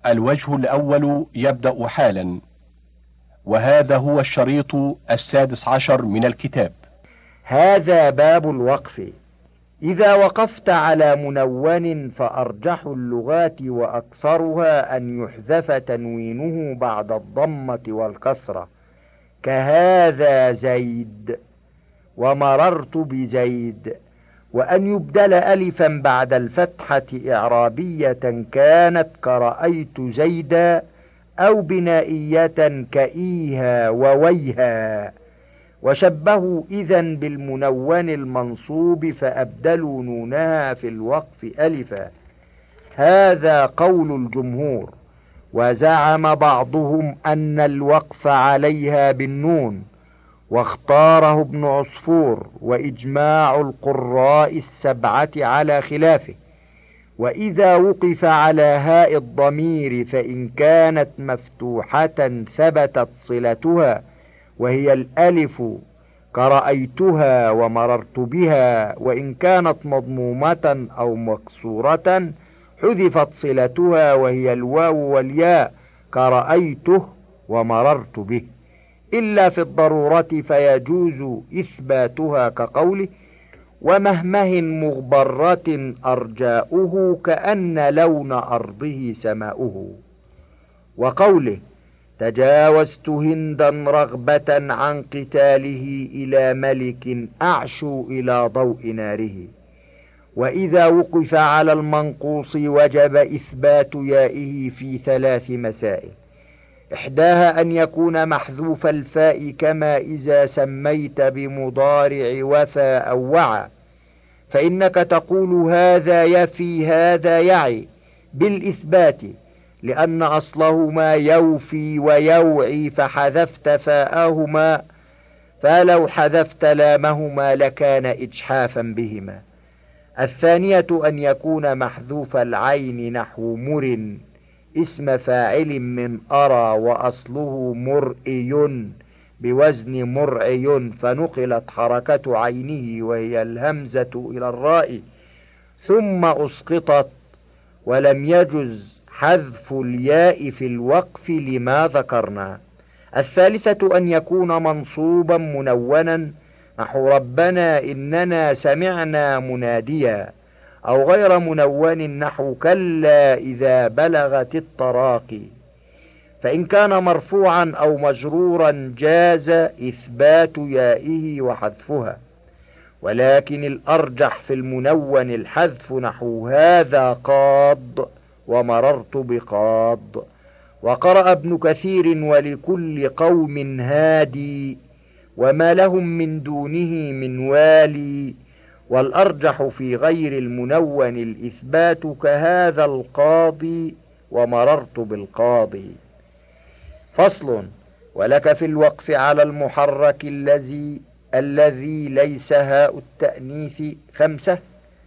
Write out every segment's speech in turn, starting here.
الوجه الأول يبدأ حالا، وهذا هو الشريط 16 من الكتاب. هذا باب الوقف. إذا وقفت على منون فأرجح اللغات وأكثرها أن يحذف تنوينه بعد الضمة والكسرة، كهذا زيد ومررت بزيد، وأن يبدل ألفا بعد الفتحة إعرابية كانت كرأيت زيدا، أو بنائية كإيها وويها. وشبهوا إذن بالمنون المنصوب فأبدلوا نونها في الوقف ألفا. هذا قول الجمهور، وزعم بعضهم أن الوقف عليها بالنون، واختاره ابن عصفور وإجماع القراء السبعة على خلافه. وإذا وقف على هاء الضمير فإن كانت مفتوحة ثبتت صلتها، وهي الألف كرأيتها ومررت بها، وإن كانت مضمومة أو مكسورة حذفت صلتها، وهي الواو والياء كرأيته ومررت به، إلا في الضرورة فيجوز إثباتها، كقوله ومهمه مغبرة أرجاؤه كأن لون أرضه سماؤه، وقوله تجاوزت هندا رغبة عن قتاله إلى ملك أعشو إلى ضوء ناره. وإذا وقف على المنقوص وجب إثبات يائه في 3 مسائل. إحداها أن يكون محذوف الفاء، كما إذا سميت بمضارع وفى أو وعى، فإنك تقول هذا يفي هذا يعي بالإثبات، لأن أصلهما يوفي ويوعي، فحذفت فاءهما، فلو حذفت لامهما لكان إجحافا بهما. الثانية أن يكون محذوف العين نحو مر اسم فاعل من أرى، وأصله مرئي بوزن مرعي، فنقلت حركة عينه وهي الهمزة إلى الراء ثم أسقطت، ولم يجز حذف الياء في الوقف لما ذكرنا. الثالثة أن يكون منصوبا منونا نحو ربنا إننا سمعنا مناديا، أو غير منون نحو كلا إذا بلغت التراقي. فإن كان مرفوعا أو مجرورا جاز إثبات يائه وحذفها، ولكن الأرجح في المنون الحذف نحو هذا قاض ومررت بقاض. وقرأ ابن كثير ولكل قوم هادي وما لهم من دونه من والي. والأرجح في غير المنون الإثبات كهذا القاضي ومررت بالقاضي. فصل. ولك في الوقف على المحرك الذي ليس هاء التأنيث 5.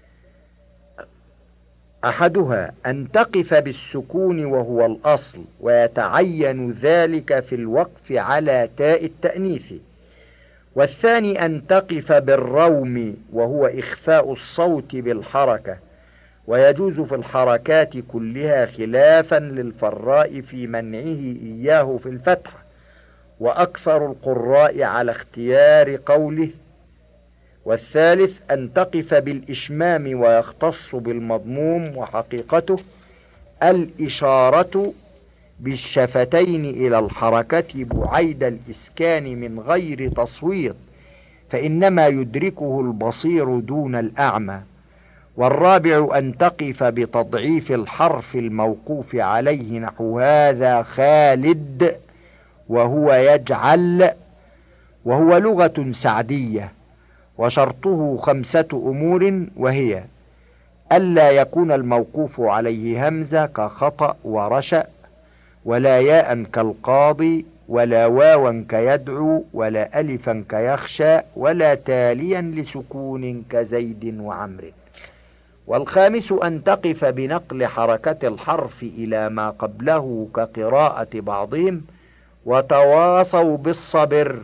أحدها أن تقف بالسكون وهو الأصل، ويتعين ذلك في الوقف على تاء التأنيث. والثاني أن تقف بالروم وهو إخفاء الصوت بالحركة، ويجوز في الحركات كلها خلافا للفراء في منعه إياه في الفتح، وأكثر القراء على اختيار قوله. والثالث أن تقف بالإشمام ويختص بالمضموم، وحقيقته الإشارة بالشفتين إلى الحركة بعيد الإسكان من غير تصويت، فإنما يدركه البصير دون الأعمى. والرابع أن تقف بتضعيف الحرف الموقوف عليه نحو هذا خالد وهو يجعل، وهو لغة سعدية، وشرطه 5 أمور، وهي ألا يكون الموقوف عليه همزة كخطأ ورشأ، ولا ياء كالقاضي، ولا واوا كيدعو، ولا ألفا كيخشى، ولا تاليا لسكون كزيد وعمر. والخامس أن تقف بنقل حركة الحرف إلى ما قبله كقراءة بعضهم وتواصوا بالصبر،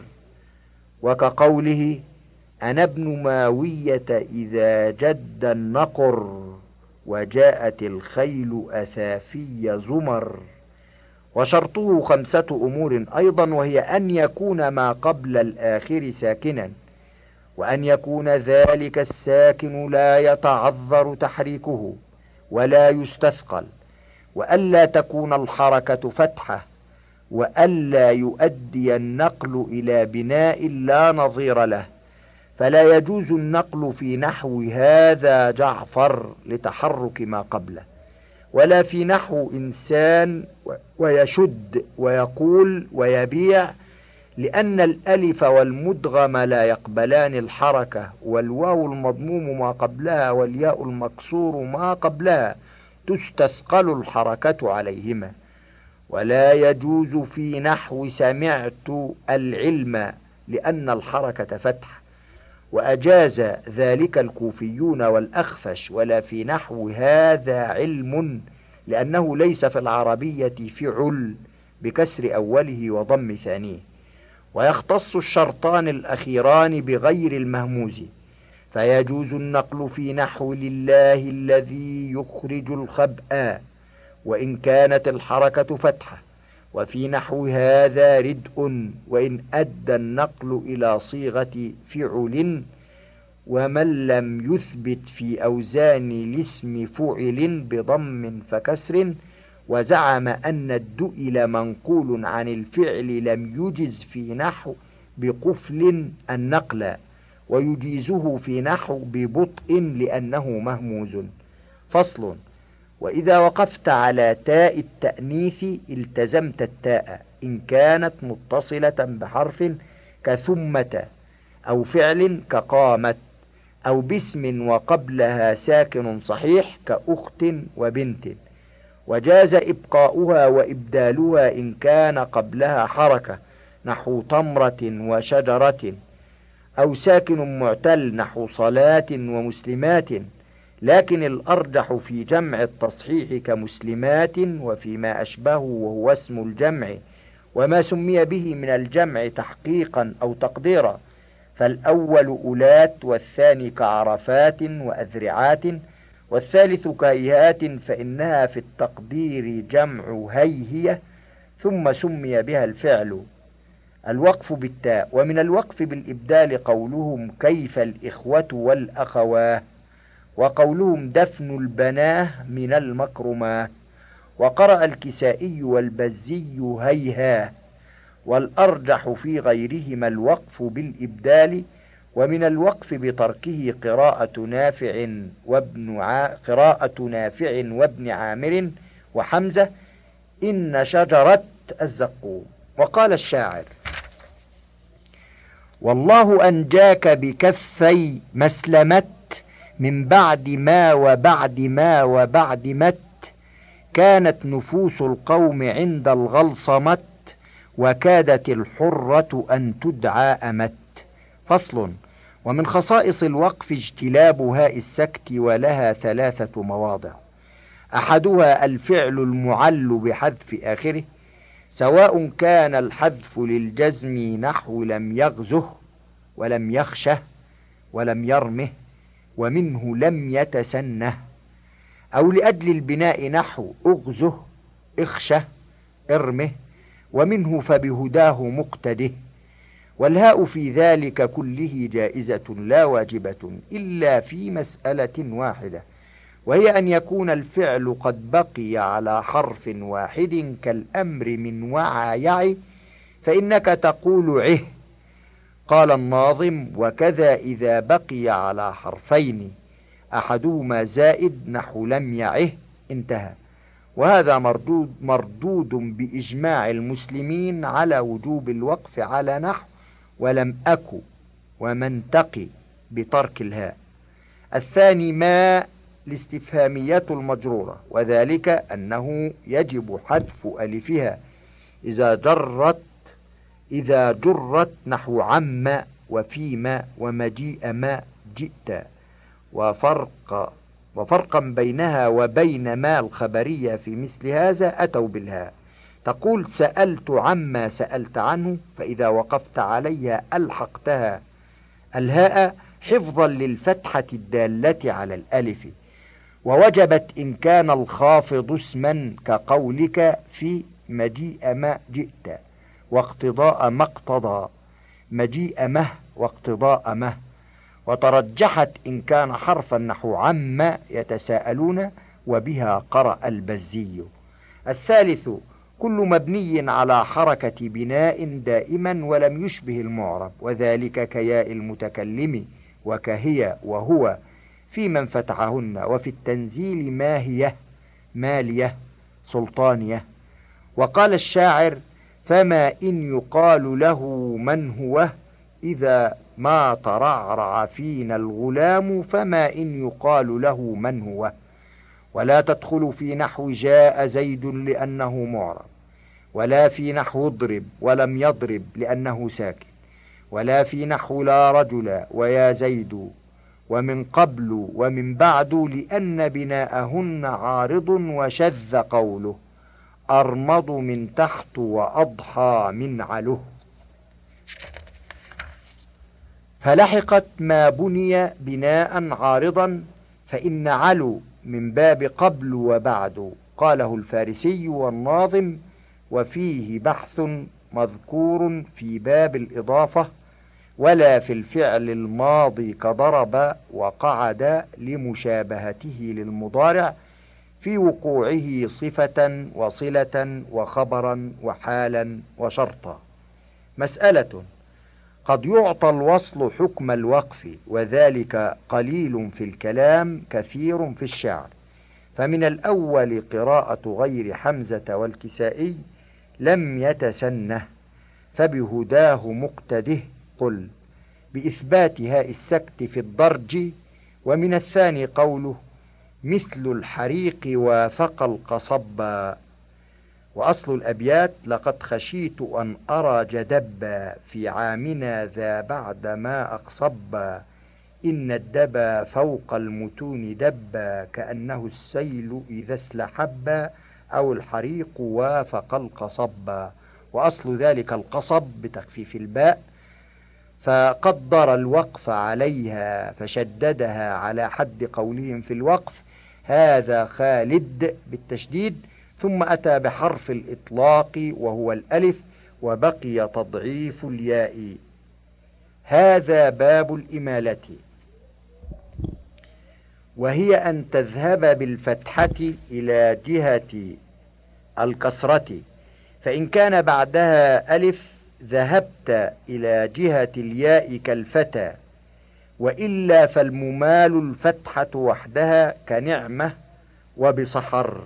وكقوله أنا ابن ماوية إذا جد النقر، وجاءت الخيل أثافي زمر. وشرطه 5 أمور أيضا، وهي أن يكون ما قبل الآخر ساكنا، وأن يكون ذلك الساكن لا يتعذر تحريكه ولا يستثقل، وألا تكون الحركة فتحة، وألا يؤدي النقل إلى بناء لا نظير له، فلا يجوز النقل في نحو هذا جعفر لتحرك ما قبله، ولا في نحو إنسان ويشد ويقول ويبيع، لأن الألف والمدغم لا يقبلان الحركة، والواو المضموم ما قبلها والياء المكسور ما قبلها تستثقل الحركة عليهما. ولا يجوز في نحو سمعت العلم لأن الحركة فتح، وأجاز ذلك الكوفيون والأخفش. ولا في نحو هذا علم لأنه ليس في العربية فعل بكسر أوله وضم ثانيه. ويختص الشرطان الأخيران بغير المهموز، فيجوز النقل في نحو لله الذي يخرج الخبأ وإن كانت الحركة فتحة، وفي نحو هذا ردء وإن أدى النقل إلى صيغة فعل، ومن لم يثبت في أوزان الاسم فعل بضم فكسر، وزعم أن الدؤل منقول عن الفعل لم يجز في نحو بقفل النقل، ويجيزه في نحو ببطء لأنه مهموز. فصل. وإذا وقفت على تاء التأنيث التزمت التاء إن كانت متصلة بحرف كثمة، أو فعل كقامت، أو باسم وقبلها ساكن صحيح كأخت وبنت. وجاز إبقاؤها وإبدالها إن كان قبلها حركة نحو تمرة وشجرة، أو ساكن معتل نحو صلاة ومسلمات، لكن الأرجح في جمع التصحيح كمسلمات وفيما أشبهه وهو اسم الجمع وما سمي به من الجمع تحقيقا أو تقديرا، فالأول أولات، والثاني كعرفات وأذرعات، والثالث كهيهات، فإنها في التقدير جمع هيهية، ثم سمي بها الفعل. الوقف بالتاء. ومن الوقف بالإبدال قولهم كيف الإخوة والأخواه، وقولهم دفن البناه من المكرماه. وقرأ الكسائي والبزي هيها، والأرجح في غيرهما الوقف بالإبدال. ومن الوقف بتركه قراءة نافع وابن عامر وحمزة إن شجرة الزقوم. وقال الشاعر: والله أنجاك بكفي مسلمت من بعد ما وبعد ما وبعد مت، كانت نفوس القوم عند الغلصمت، وكادت الحرة أن تدعى أمت. فصل. ومن خصائص الوقف اجتلاب هاء السكت، ولها 3 مواضع: أحدها الفعل المعل بحذف آخره، سواء كان الحذف للجزم نحو لم يغزه ولم يخشه ولم يرمه، ومنه لم يتسنه، أو لأجل البناء نحو أغزه اخشه ارمه، ومنه فبهداه مقتده. والهاء في ذلك كله جائزة لا واجبة إلا في مسألة واحدة، وهي أن يكون الفعل قد بقي على حرف واحد كالأمر من وعى يعي، فإنك تقول عه. قال الناظم: وكذا إذا بقي على حرفين أحدهما زائد نحو لم يعه. انتهى. وهذا مردود بإجماع المسلمين على وجوب الوقف على نحو ولم أكو ومنتقي بترك الهاء. الثاني ما الاستفهامية المجرورة، وذلك أنه يجب حذف ألفها إذا جرت نحو عم وفيما ومجيء ما جئت. وفرقا بينها وبين ما الخبرية في مثل هذا أتوا بالهاء. تقول سألت عما سألت عنه، فإذا وقفت عليها ألحقتها الهاء حفظا للفتحة الدالة على الألف. ووجبت إن كان الخافض اسما كقولك في مجيء ما جئت واقتضاء ما اقتضى، مجيء مه واقتضاء مه. وترجحت إن كان حرفا نحو عما يتساءلون وبها قرأ البزي. الثالث كل مبني على حركة بناء دائما ولم يشبه المعرب، وذلك كياء المتكلم وكهي وهو في من فتحهن، وفي التنزيل ماهية مالية سلطانية. وقال الشاعر: فما إن يقال له من هو إذا ما ترعرع فينا الغلام، فما إن يقال له من هو. ولا تدخل في نحو جاء زيد لأنه معرب، ولا في نحو اضرب ولم يضرب لأنه ساكن، ولا في نحو لا رجل ويا زيد، ومن قبل ومن بعد لأن بناءهن عارض، وشذ قوله أرمض من تحت وأضحى من عله. فلحقت ما بني بناء عارضا، فإن علو من باب قبل وبعد، قاله الفارسي والناظم، وفيه بحث مذكور في باب الإضافة، ولا في الفعل الماضي كضرب وقعد لمشابهته للمضارع في وقوعه صفة وصلة وخبرا وحالا وشرطا. مسألة: قد يعطى الوصل حكم الوقف، وذلك قليل في الكلام كثير في الشعر. فمن الأول قراءة غير حمزة والكسائي لم يتسنه، فبهداه مقتده قل بإثبات هاء السكت في الضرج. ومن الثاني قوله مثل الحريق وافق القصبا. وأصل الأبيات: لقد خشيت أن أرى جدبا في عامنا ذا بعد ما أقصبا، إن الدبا فوق المتون دبا، كأنه السيل إذا استحبا، أو الحريق وافق القصبا. وأصل ذلك القصب بتخفيف الباء، فقدر الوقف عليها فشددها على حد قولهم في الوقف هذا خالد بالتشديد، ثم أتى بحرف الإطلاق وهو الألف، وبقي تضعيف الياء. هذا باب الإمالة، وهي أن تذهب بالفتحة إلى جهة الكسرة، فإن كان بعدها ألف ذهبت إلى جهة الياء كالفتى، وإلا فالممال الفتحة وحدها كنعمة وبصحر.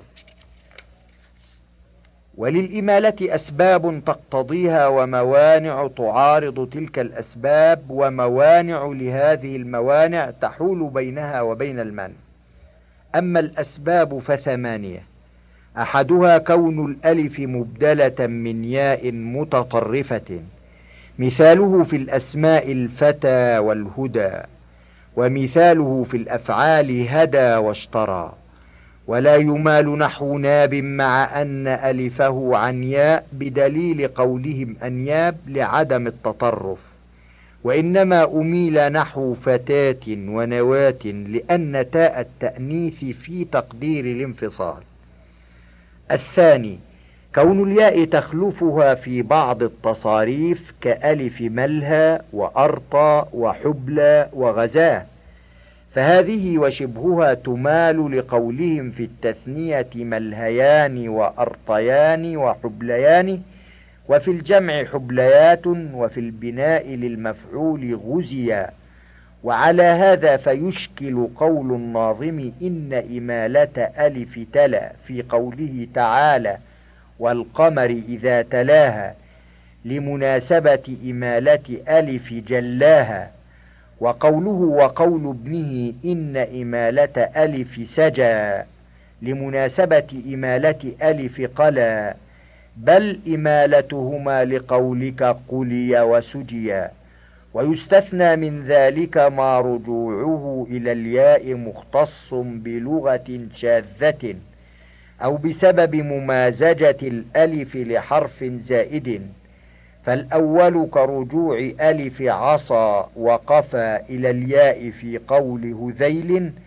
وللإمالة أسباب تقتضيها وموانع تعارض تلك الأسباب، وموانع لهذه الموانع تحول بينها وبين المنع. أما الأسباب فثمانية: أحدها كون الألف مبدلة من ياء متطرفة، مثاله في الأسماء الفتى والهدى، ومثاله في الأفعال هدى واشترى. ولا يمال نحو ناب مع أن ألفه عن ياء بدليل قولهم أنياب لعدم التطرف، وإنما أميل نحو فتاة ونواة لأن تاء التأنيث في تقدير الانفصال. الثاني كون الياء تخلفها في بعض التصاريف كألف ملهى وأرطى وحبلى وغزاه، فهذه وشبهها تمال لقولهم في التثنية ملهيان وأرطيان وحبليان، وفي الجمع حبليات، وفي البناء للمفعول غزيا. وعلى هذا فيشكل قول الناظم إن إمالة ألف تلا في قوله تعالى والقمر إذا تلاها لمناسبة إمالة ألف جلاها، وقوله وقول ابنه إن إمالة ألف سجى لمناسبة إمالة ألف قلا، بل إمالتهما لقولك قلي وسجيا. ويستثنى من ذلك ما رجوعه إلى الياء مختص بلغة شاذة أو بسبب ممازجة الألف لحرف زائد، فالأول كرجوع ألف عصا وقفا إلى الياء في قول هذيل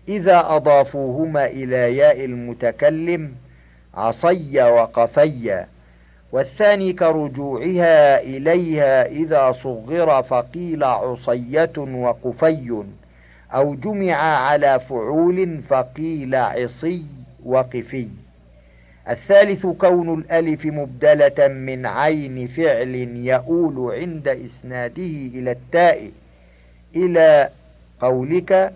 إذا أضافوهما إلى ياء المتكلم عصي وقفي، والثاني كرجوعها إليها إذا صغر فقيل عصية وقفي، أو جمع على فعول فقيل عصي وقفي. الثالث كون الألف مبدلة من عين فعل يؤول عند إسناده إلى التاء، إلى قولك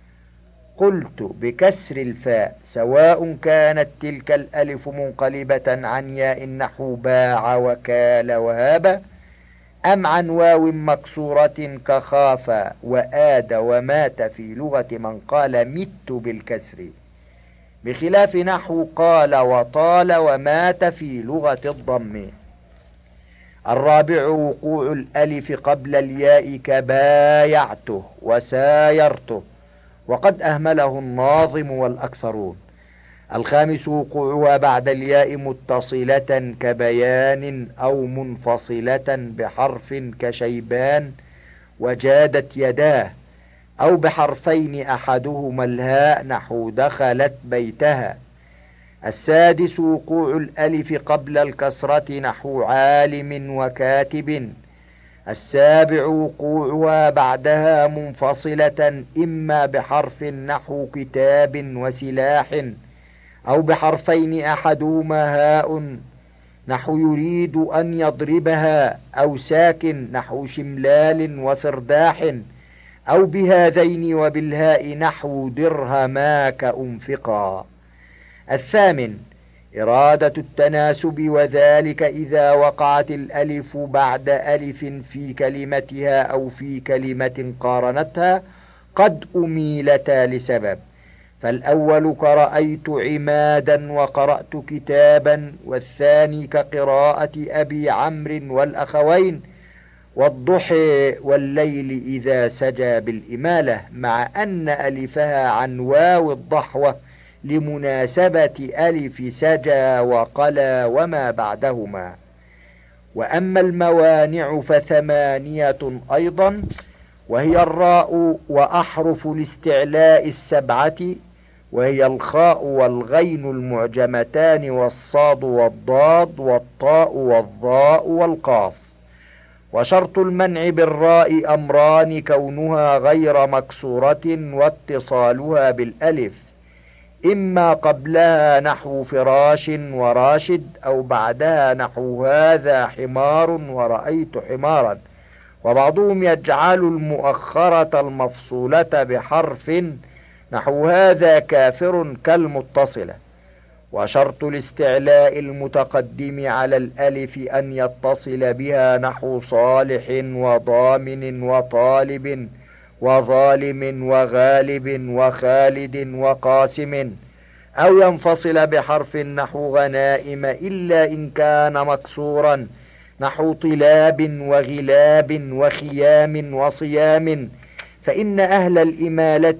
قلت بكسر الفاء، سواء كانت تلك الألف منقلبة عن ياء نحو باع وكال وهاب، أم عن واو مكسورة كخاف وآد ومات في لغة من قال مت بالكسر، بخلاف نحو قال وطال ومات في لغة الضم. الرابع وقوع الألف قبل الياء كبايعته وسايرته، وقد أهمله الناظم والأكثرون. الخامس وقوعها بعد الياء متصلة كبيان، أو منفصلة بحرف كشيبان وجادت يداه، أو بحرفين أحدهما الهاء نحو دخلت بيتها. السادس وقوع الألف قبل الكسرة نحو عالم وكاتب. السابع وقوعها بعدها منفصلة إما بحرف نحو كتاب وسلاح، أو بحرفين أحدهما هاء نحو يريد أن يضربها، أو ساكن نحو شملال وسرداح، أو بهذين وبالهاء نحو درهماك أنفقا. الثامن إرادة التناسب، وذلك إذا وقعت الألف بعد ألف في كلمتها أو في كلمة قارنتها قد أميلتا لسبب، فالأول كرأيت عمادا وقرأت كتابا، والثاني كقراءة أبي عمرو والأخوين والضحى والليل إذا سجى بالإمالة، مع أن ألفها عن واو الضحوة لمناسبة ألف سجى وقلى وما بعدهما. وأما الموانع فثمانية أيضا، وهي الراء وأحرف الاستعلاء السبعة، وهي الخاء والغين المعجمتان والصاد والضاد والطاء والظاء والقاف. وشرط المنع بالراء أمران، كونها غير مكسورة واتصالها بالألف، إما قبلها نحو فراش وراشد، أو بعدها نحو هذا حمار ورأيت حمارا. وبعضهم يجعل المؤخرة المفصولة بحرف نحو هذا كافر كالمتصلة. وشرط الاستعلاء المتقدم على الألف أن يتصل بها نحو صالح وضامن وطالب وظالم وغالب وخالد وقاسم، أو ينفصل بحرف نحو غنائم إلا إن كان مكسورا نحو طلاب وغلاب وخيام وصيام، فإن أهل الإمالة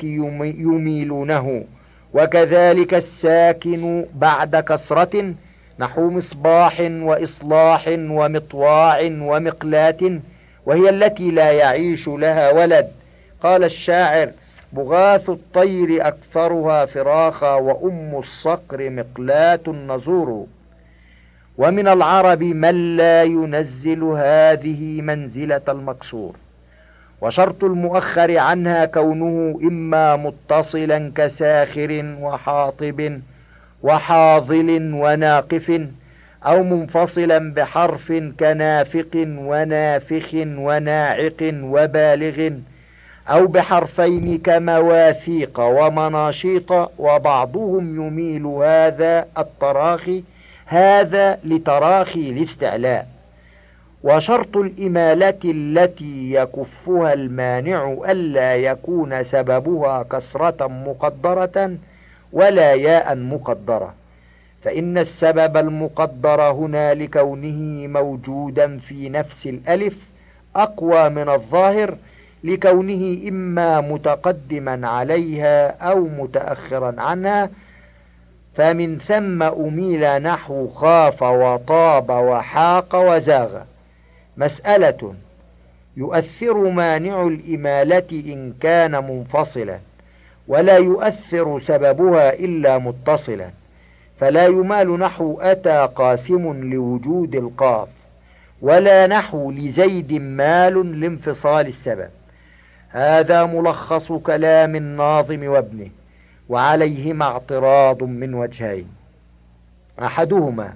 يميلونه. وكذلك الساكن بعد كسرة نحو مصباح وإصلاح ومطواع ومقلاة، وهي التي لا يعيش لها ولد. قال الشاعر: بغاث الطير أكثرها فراخا، وأم الصقر مقلاة نزور. ومن العرب من لا ينزل هذه منزلة المكسور. وشرط المؤخر عنها كونه إما متصلا كساخر وحاطب وحاضل وناقف، أو منفصلا بحرف كنافق ونافخ وناعق وبالغ، أو بحرفين كمواثيق ومناشيط. وبعضهم يميل هذا التراخي هذا لتراخي الاستعلاء. وشرط الإمالة التي يكفها المانع ألا يكون سببها كسرة مقدرة ولا ياء مقدرة، فإن السبب المقدر هنا لكونه موجودا في نفس الألف أقوى من الظاهر، لكونه إما متقدما عليها أو متأخرا عنها، فمن ثم أميل نحو خاف وطاب وحاق وزاغ. مسألة: يؤثر مانع الإمالة إن كان منفصلا، ولا يؤثر سببها إلا متصلا، فلا يمال نحو أتى قاسم لوجود القاف، ولا نحو لزيد مال لانفصال السبب. هذا ملخص كلام الناظم وابنه، وعليهما اعتراض من وجهين: أحدهما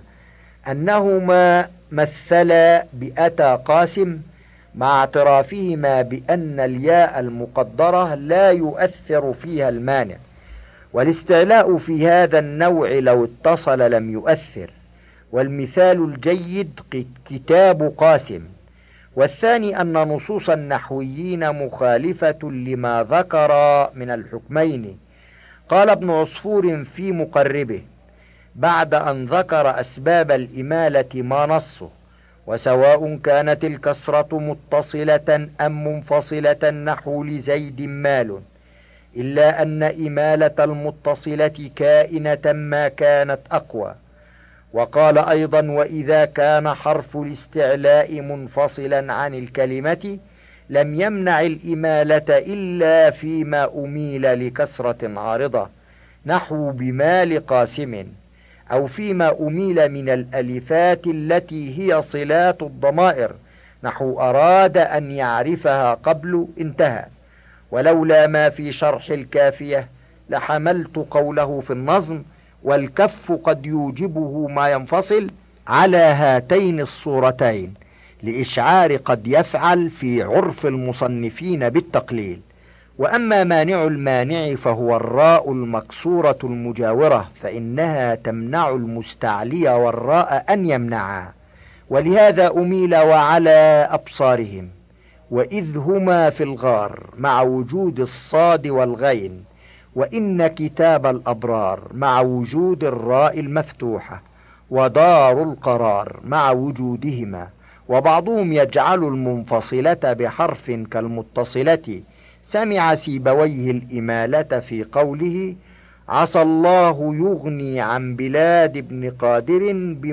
أنهما مثلا بأتى قاسم مع اعترافهما بأن الياء المقدرة لا يؤثر فيها المانع، والاستعلاء في هذا النوع لو اتصل لم يؤثر، والمثال الجيد كتاب قاسم. والثاني أن نصوص النحويين مخالفة لما ذكر من الحكمين. قال ابن عصفور في مقربه بعد أن ذكر أسباب الإمالة ما نصه: وسواء كانت الكسرة متصلة أم منفصلة نحو لزيد مال، إلا أن إمالة المتصلة كائنة ما كانت أقوى. وقال أيضا: وإذا كان حرف الاستعلاء منفصلا عن الكلمة لم يمنع الإمالة إلا فيما أميل لكسرة عارضة نحو بمال قاسم، أو فيما أميل من الألفات التي هي صلات الضمائر نحو أراد أن يعرفها قبل انتهى. ولولا ما في شرح الكافية لحملت قوله في النظم: والكف قد يوجبه ما ينفصل على هاتين الصورتين، لإشعار قد يفعل في عرف المصنفين بالتقليل. وأما مانع المانع فهو الراء المكسورة المجاورة، فإنها تمنع المستعلي والراء أن يمنعا، ولهذا أميل وعلى أبصارهم وإذ هما في الغار مع وجود الصاد والغين، وإن كتاب الأبرار مع وجود الراء المفتوحة، ودار القرار مع وجودهما. وبعضهم يجعل المنفصلة بحرف كالمتصلة. سمع سيبويه الإمالة في قوله: عسى الله يغني عن بلاد ابن قادر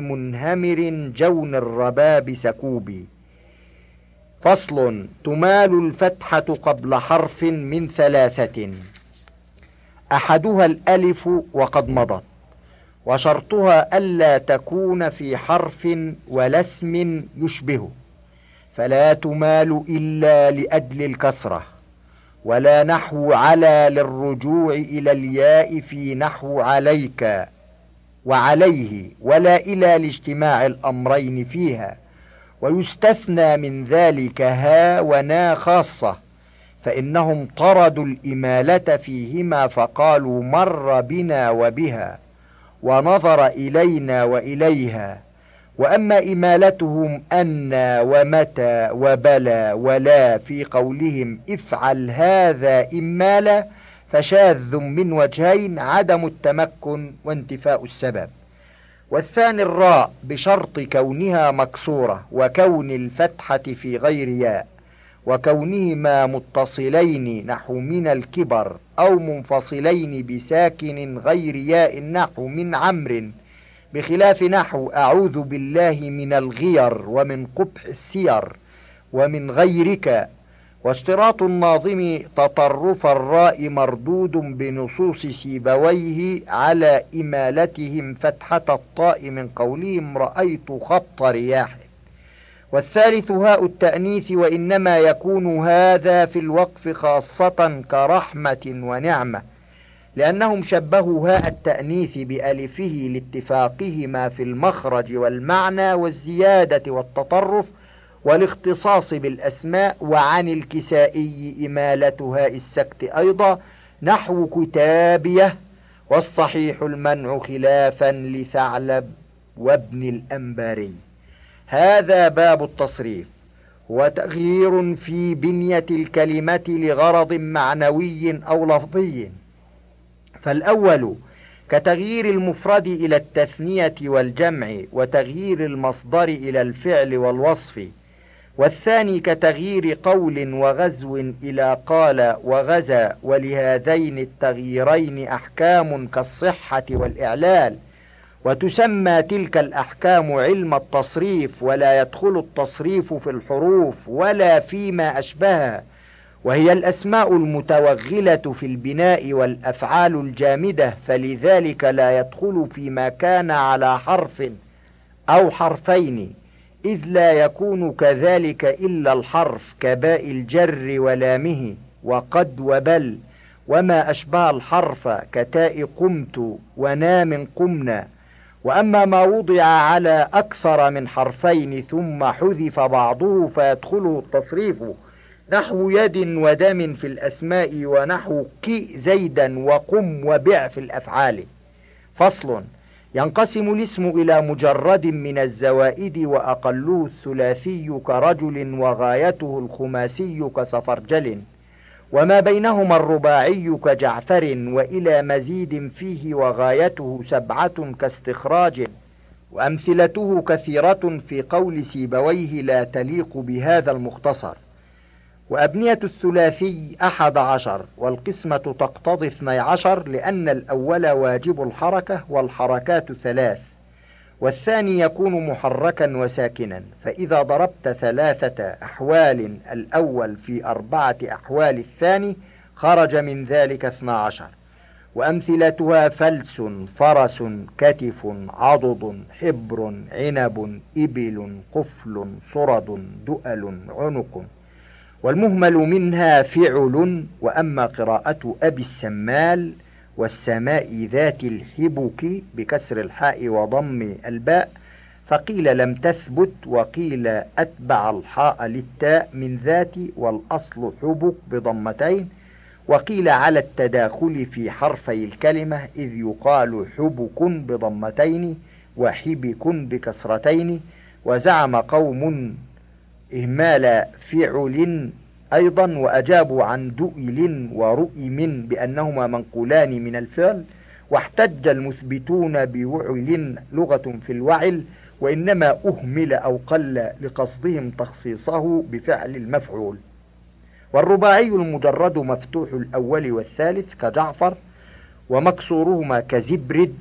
بمنهمر جون الرباب سكوبي. فصل: تمال الفتحة قبل حرف من ثلاثة: أحدها الألف وقد مضت، وشرطها ألا تكون في حرف ولا اسم يشبهه، فلا تمال إلا لأجل الكسرة، ولا نحو على للرجوع إلى الياء في نحو عليك وعليه، ولا إلى لاجتماع الأمرين فيها. ويستثنى من ذلك ها ونا خاصة، فإنهم طردوا الإمالة فيهما فقالوا مر بنا وبها، ونظر إلينا وإليها. وأما إمالتهم أن ومتى وبلى ولا في قولهم افعل هذا إمالا فشاذ من وجهين: عدم التمكن وانتفاء السبب. والثاني الراء بشرط كونها مكسورة، وكون الفتحة في غير ياء، وكونهما متصلين نحو من الكبر، أو منفصلين بساكن غير ياء نحو من عمرو، بخلاف نحو أعوذ بالله من الغير ومن قبح السير ومن غيرك. واشتراط الناظم تطرف الراء مردود بنصوص سيبويه على إمالتهم فتحة الطاء من قولهم رأيت خط رياح. والثالث هاء التأنيث، وإنما يكون هذا في الوقف خاصة كرحمة ونعمة، لأنهم شبهوا هاء التأنيث بألفه لاتفاقهما في المخرج والمعنى والزيادة والتطرف والاختصاص بالأسماء. وعن الكسائي إمالة هاء السكت أيضا نحو كتابية، والصحيح المنع خلافا لثعلب وابن الأنباري. هذا باب التصريف، هو تغيير في بنية الكلمة لغرض معنوي أو لفظي. فالأول كتغيير المفرد إلى التثنية والجمع، وتغيير المصدر إلى الفعل والوصف. والثاني كتغيير قول وغزو إلى قال وغزا، ولهذين التغييرين أحكام كالصحة والإعلال، وتسمى تلك الأحكام علم التصريف، ولا يدخل التصريف في الحروف ولا فيما أشبهها، وهي الأسماء المتوغلة في البناء والأفعال الجامدة، فلذلك لا يدخل فيما كان على حرف أو حرفين، إذ لا يكون كذلك إلا الحرف كباء الجر ولامه وقد وبل، وما أشبه الحرف كتاء قمت ونام قمنا. وأما ما وضع على أكثر من حرفين ثم حذف بعضه فيدخله التصريف، نحو يد ودم في الأسماء، ونحو كي زيدا وقم وبع في الأفعال. فصل: ينقسم الاسم إلى مجرد من الزوائد، وأقله الثلاثي كرجل، وغايته الخماسي كصفرجل، وما بينهما الرباعي كجعفر، وإلى مزيد فيه وغايته 7 كاستخراج. وأمثلته كثيرة في قول سيبويه لا تليق بهذا المختصر. وأبنية الثلاثي 11، والقسمة تقتضي 12، لأن الأول واجب الحركة والحركات 3، والثاني يكون محركا وساكنا. فإذا ضربت 3 أحوال الأول في 4 أحوال الثاني خرج من ذلك 12. وأمثلتها فلس، فرس، كتف، عضد، حبر، عنب، إبل، قفل، صرد، دؤل، عنق. والمهمل منها فعل. وأما قراءة أبي السمال والسماء ذات الحبك بكسر الحاء وضم الباء فقيل لم تثبت، وقيل أتبع الحاء للتاء من ذات، والأصل حبك بضمتين، وقيل على التداخل في حرفي الكلمة، إذ يقال حبك بضمتين وحبك بكسرتين. وزعم قوم إهمال فعل أيضا، وأجابوا عن دؤل ورؤم بأنهما منقولان من الفعل. واحتج المثبتون بوعل لغة في الوعل، وإنما أهمل أو قل لقصدهم تخصيصه بفعل المفعول. والرباعي المجرد مفتوح الأول والثالث كجعفر، ومكسورهما كزبرج،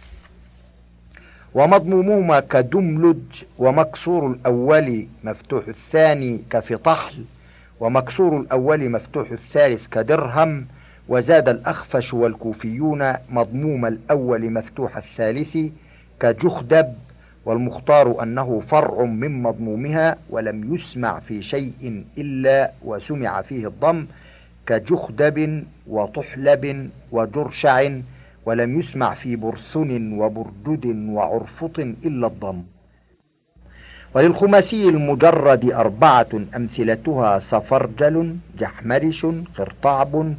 ومضمومهما كدملج. ومكسور الأول مفتوح الثاني كفطحل، ومكسور الأول مفتوح الثالث كدرهم. وزاد الأخفش والكوفيون مضموم الأول مفتوح الثالث كجخدب، والمختار أنه فرع من مضمومها، ولم يسمع في شيء إلا وسمع فيه الضم كجخدب وطحلب وجرشع، ولم يسمع في برثن وبردد وعرفط إلا الضم. وللخماسي المجرد 4، أمثلتها صفرجل، جحمرش، قرطعب،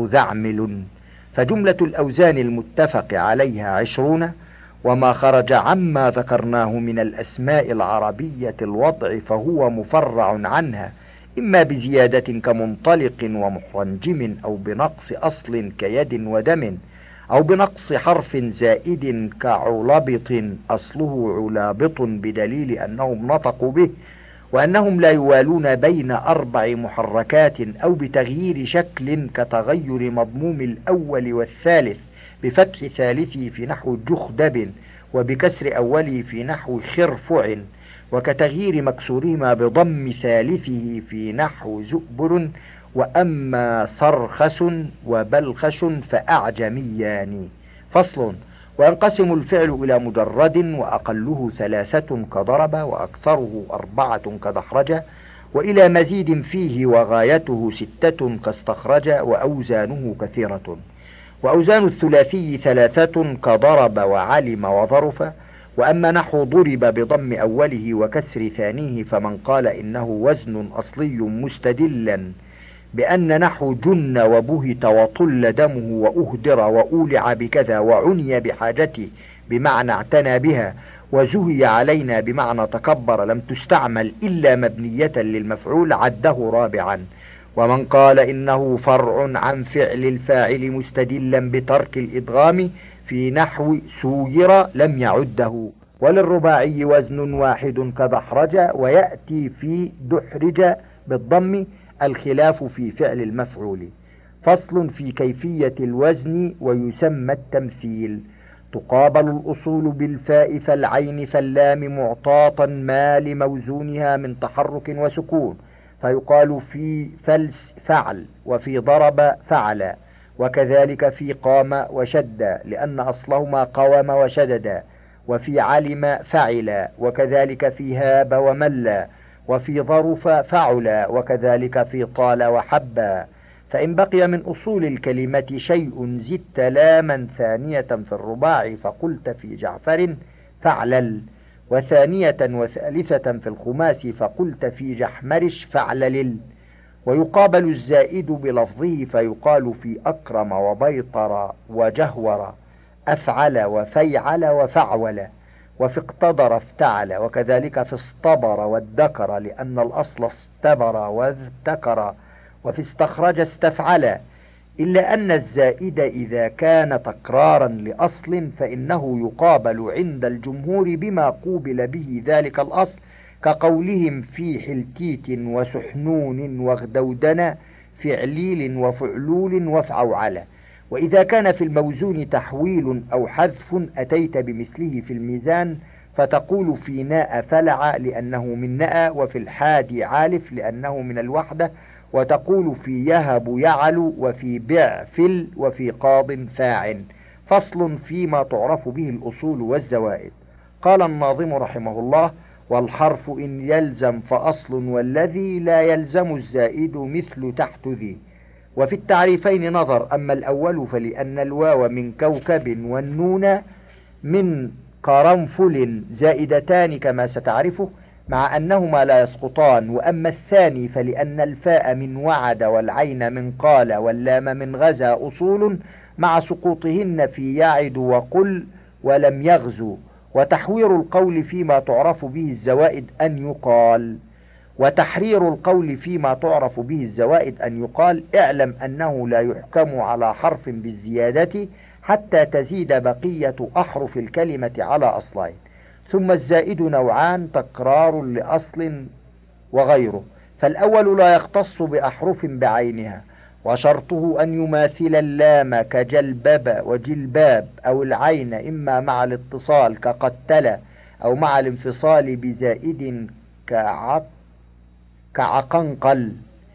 قذعمل. فجملة الأوزان المتفق عليها 20، وما خرج عما ذكرناه من الأسماء العربية الوضع فهو مفرع عنها، إما بزيادة كمنطلق ومحرنجم، أو بنقص أصل كيد ودم، أو بنقص حرف زائد كعلبط أصله علابط، بدليل أنهم نطقوا به، وأنهم لا يوالون بين 4 محركات، أو بتغيير شكل كتغير مضموم الأول والثالث بفتح ثالثه في نحو جخدب، وبكسر أوله في نحو خرفع، وكتغيير مكسورهما بضم ثالثه في نحو زؤبر. وأما صرخس وبلخش فأعجميان. فصل: وينقسم الفعل إلى مجرد، وأقله 3 كضرب، وأكثره 4 كدحرج، وإلى مزيد فيه وغايته 6 كاستخرج، وأوزانه كثيرة. وأوزان الثلاثي 3 كضرب وعلم وظرف. وأما نحو ضرب بضم أوله وكسر ثانيه فمن قال إنه وزن أصلي مستدلا بأن نحو جن وبهت وطل دمه وأهدر وأولع بكذا وعني بحاجته بمعنى اعتنى بها، وزهي علينا بمعنى تكبر، لم تستعمل إلا مبنية للمفعول، عده رابعا. ومن قال إنه فرع عن فعل الفاعل مستدلا بترك الإدغام في نحو سوير لم يعده. وللرباعي وزن واحد كدحرج، ويأتي في دحرج بالضم الخلاف في فعل المفعول. فصل في كيفية الوزن ويسمى التمثيل. تقابل الأصول بالفاء فالعين فاللام معطاطا ما لموزونها من تحرك وسكون، فيقال في فلس فعل، وفي ضرب فعل، وكذلك في قام وشد، لأن أصلهما قوم وشدد، وفي علم فعل، وكذلك في هاب ومل، وفي ظرف فعل، وكذلك في طال وحب. فإن بقي من أصول الكلمة شيء زدت لاما ثانية في الرباع فقلت في جعفر فعلل، وثانية وثالثة في الخماس فقلت في جحمرش فعللل. ويقابل الزائد بلفظه فيقال في أكرم وبيطر وجهور أفعل وفيعل وفعول، وفي اقتدر افتعل، وكذلك في اصطبر وادكر، لأن الأصل استبر واذتكر، وفي استخرج استفعل. إلا أن الزائد إذا كان تكرارا لأصل فإنه يقابل عند الجمهور بما قوبل به ذلك الأصل، كقولهم في حلتيت وسحنون وغدودن فعليل وفعلول وفعوعل. وإذا كان في الموزون تحويل أو حذف أتيت بمثله في الميزان، فتقول في ناء فلع لأنه من نأى، وفي الحادي عالف لأنه من الوحدة، وتقول في يهب يعل، وفي بعفل، وفي قاض فاع. فصل فيما تعرف به الأصول والزوائد. قال الناظم رحمه الله: والحرف إن يلزم فأصل، والذي لا يلزم الزائد مثل تحت ذي. وفي التعريفين نظر، أما الأول فلأن الواو من كوكب والنون من قرنفل زائدتان كما ستعرفه، مع أنهما لا يسقطان. وأما الثاني فلأن الفاء من وعد والعين من قال واللام من غزا أصول، مع سقوطهن في يعد وقل ولم يغزو. وتحوير القول فيما تعرف به الزوائد أن يقال، وتحرير القول فيما تعرف به الزوائد أن يقال: اعلم أنه لا يحكم على حرف بالزيادة حتى تزيد بقية أحرف الكلمة على أصلين. ثم الزائد نوعان: تكرار لأصل وغيره. فالأول لا يختص بأحرف بعينها، وشرطه أن يماثل اللام كجلبب وجلباب، أو العين إما مع الاتصال كقتل، أو مع الانفصال بزائد كعقنقل،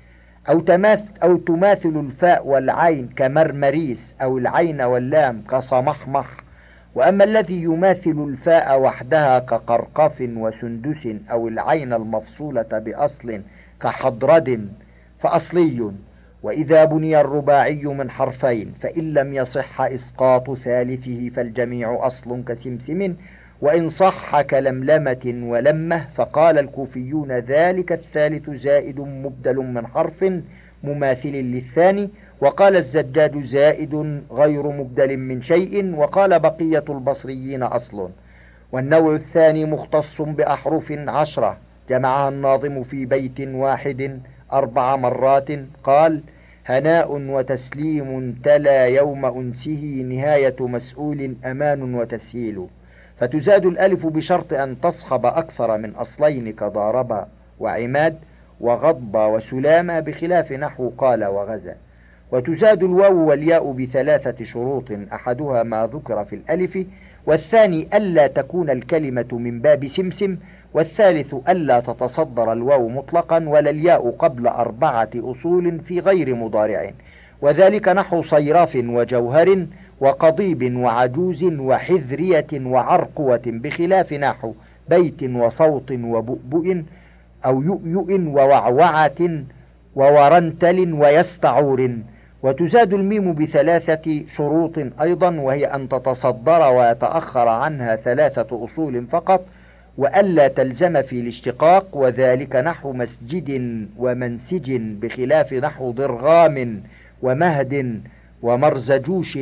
أو تماثل الفاء والعين كمرمريس، أو العين واللام كصمحمح. وأما الذي يماثل الفاء وحدها كقرقف وسندس، أو العين المفصولة بأصل كحضرد فأصلي. وإذا بني الرباعي من حرفين فإن لم يصح إسقاط ثالثه فالجميع أصل كسمسم، وإن صح كلملمة ولمة. فقال الكوفيون: ذلك الثالث زائد مبدل من حرف مماثل للثاني. وقال الزجاج: زائد غير مبدل من شيء. وقال بقية البصريين: أصل. والنوع الثاني مختص بأحرف 10 جمعها الناظم في بيت واحد 4 مرات. قال: هناء وتسليم تلا يوم أنسه، نهاية مسؤول أمان وتسهيل. فتزاد الألف بشرط أن تصحب أكثر من أصلين كضارب وعماد وغضب وسلام، بخلاف نحو قال وغزا. وتزاد الواو والياء ب3 شروط: أحدها ما ذكر في الألف، والثاني ألا تكون الكلمة من باب سمسم، والثالث ألا تتصدر الواو مطلقا ولا الياء قبل 4 أصول في غير مضارع، وذلك نحو صيرف وجوهر وقضيب وعجوز وحذرية وعرقوة، بخلاف نحو بيت وصوت وبؤبؤ أو يؤيؤ ووعوعة وورنتل ويستعور. وتزاد الميم ب3 شروط أيضا، وهي أن تتصدر ويتأخر عنها 3 أصول فقط، وألا تلزم في الاشتقاق، وذلك نحو مسجد ومنسج، بخلاف نحو ضرغام ومهد ومرزجوش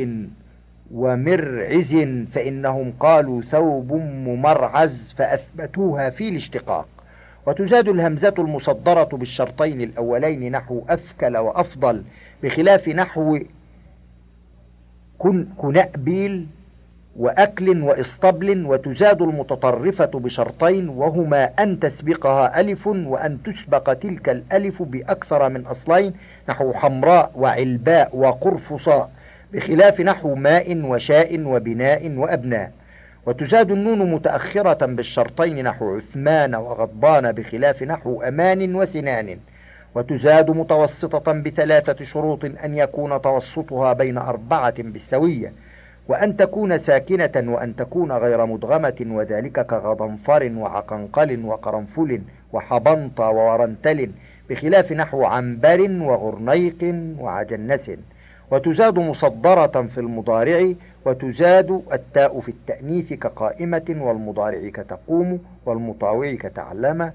ومرعز، فإنهم قالوا ثوب ممرعز فأثبتوها في الاشتقاق. وتزاد الهمزة المصدرة بالشرطين الأولين نحو أفكل وأفضل، بخلاف نحو كنأبيل وأكل وإسطبل. وتزاد المتطرفة بشرطين، وهما أن تسبقها ألف، وأن تسبق تلك الألف بأكثر من أصلين، نحو حمراء وعلباء وقرفصاء، بخلاف نحو ماء وشاء وبناء وأبناء. وتزاد النون متأخرة بالشرطين نحو عثمان وغضبان، بخلاف نحو أمان وسنان. وتزاد متوسطة ب3 شروط: أن يكون توسطها بين 4 بالسوية، وأن تكون ساكنة، وأن تكون غير مدغمة، وذلك كغضنفر وعقنقل وقرنفل وحبنط وورنتل، بخلاف نحو عنبر وغرنيق وعجنس. وتزاد مصدرة في المضارع، وتزاد التاء في التأنيث كقائمة، والمضارع كتقوم، والمطاوع كتعلم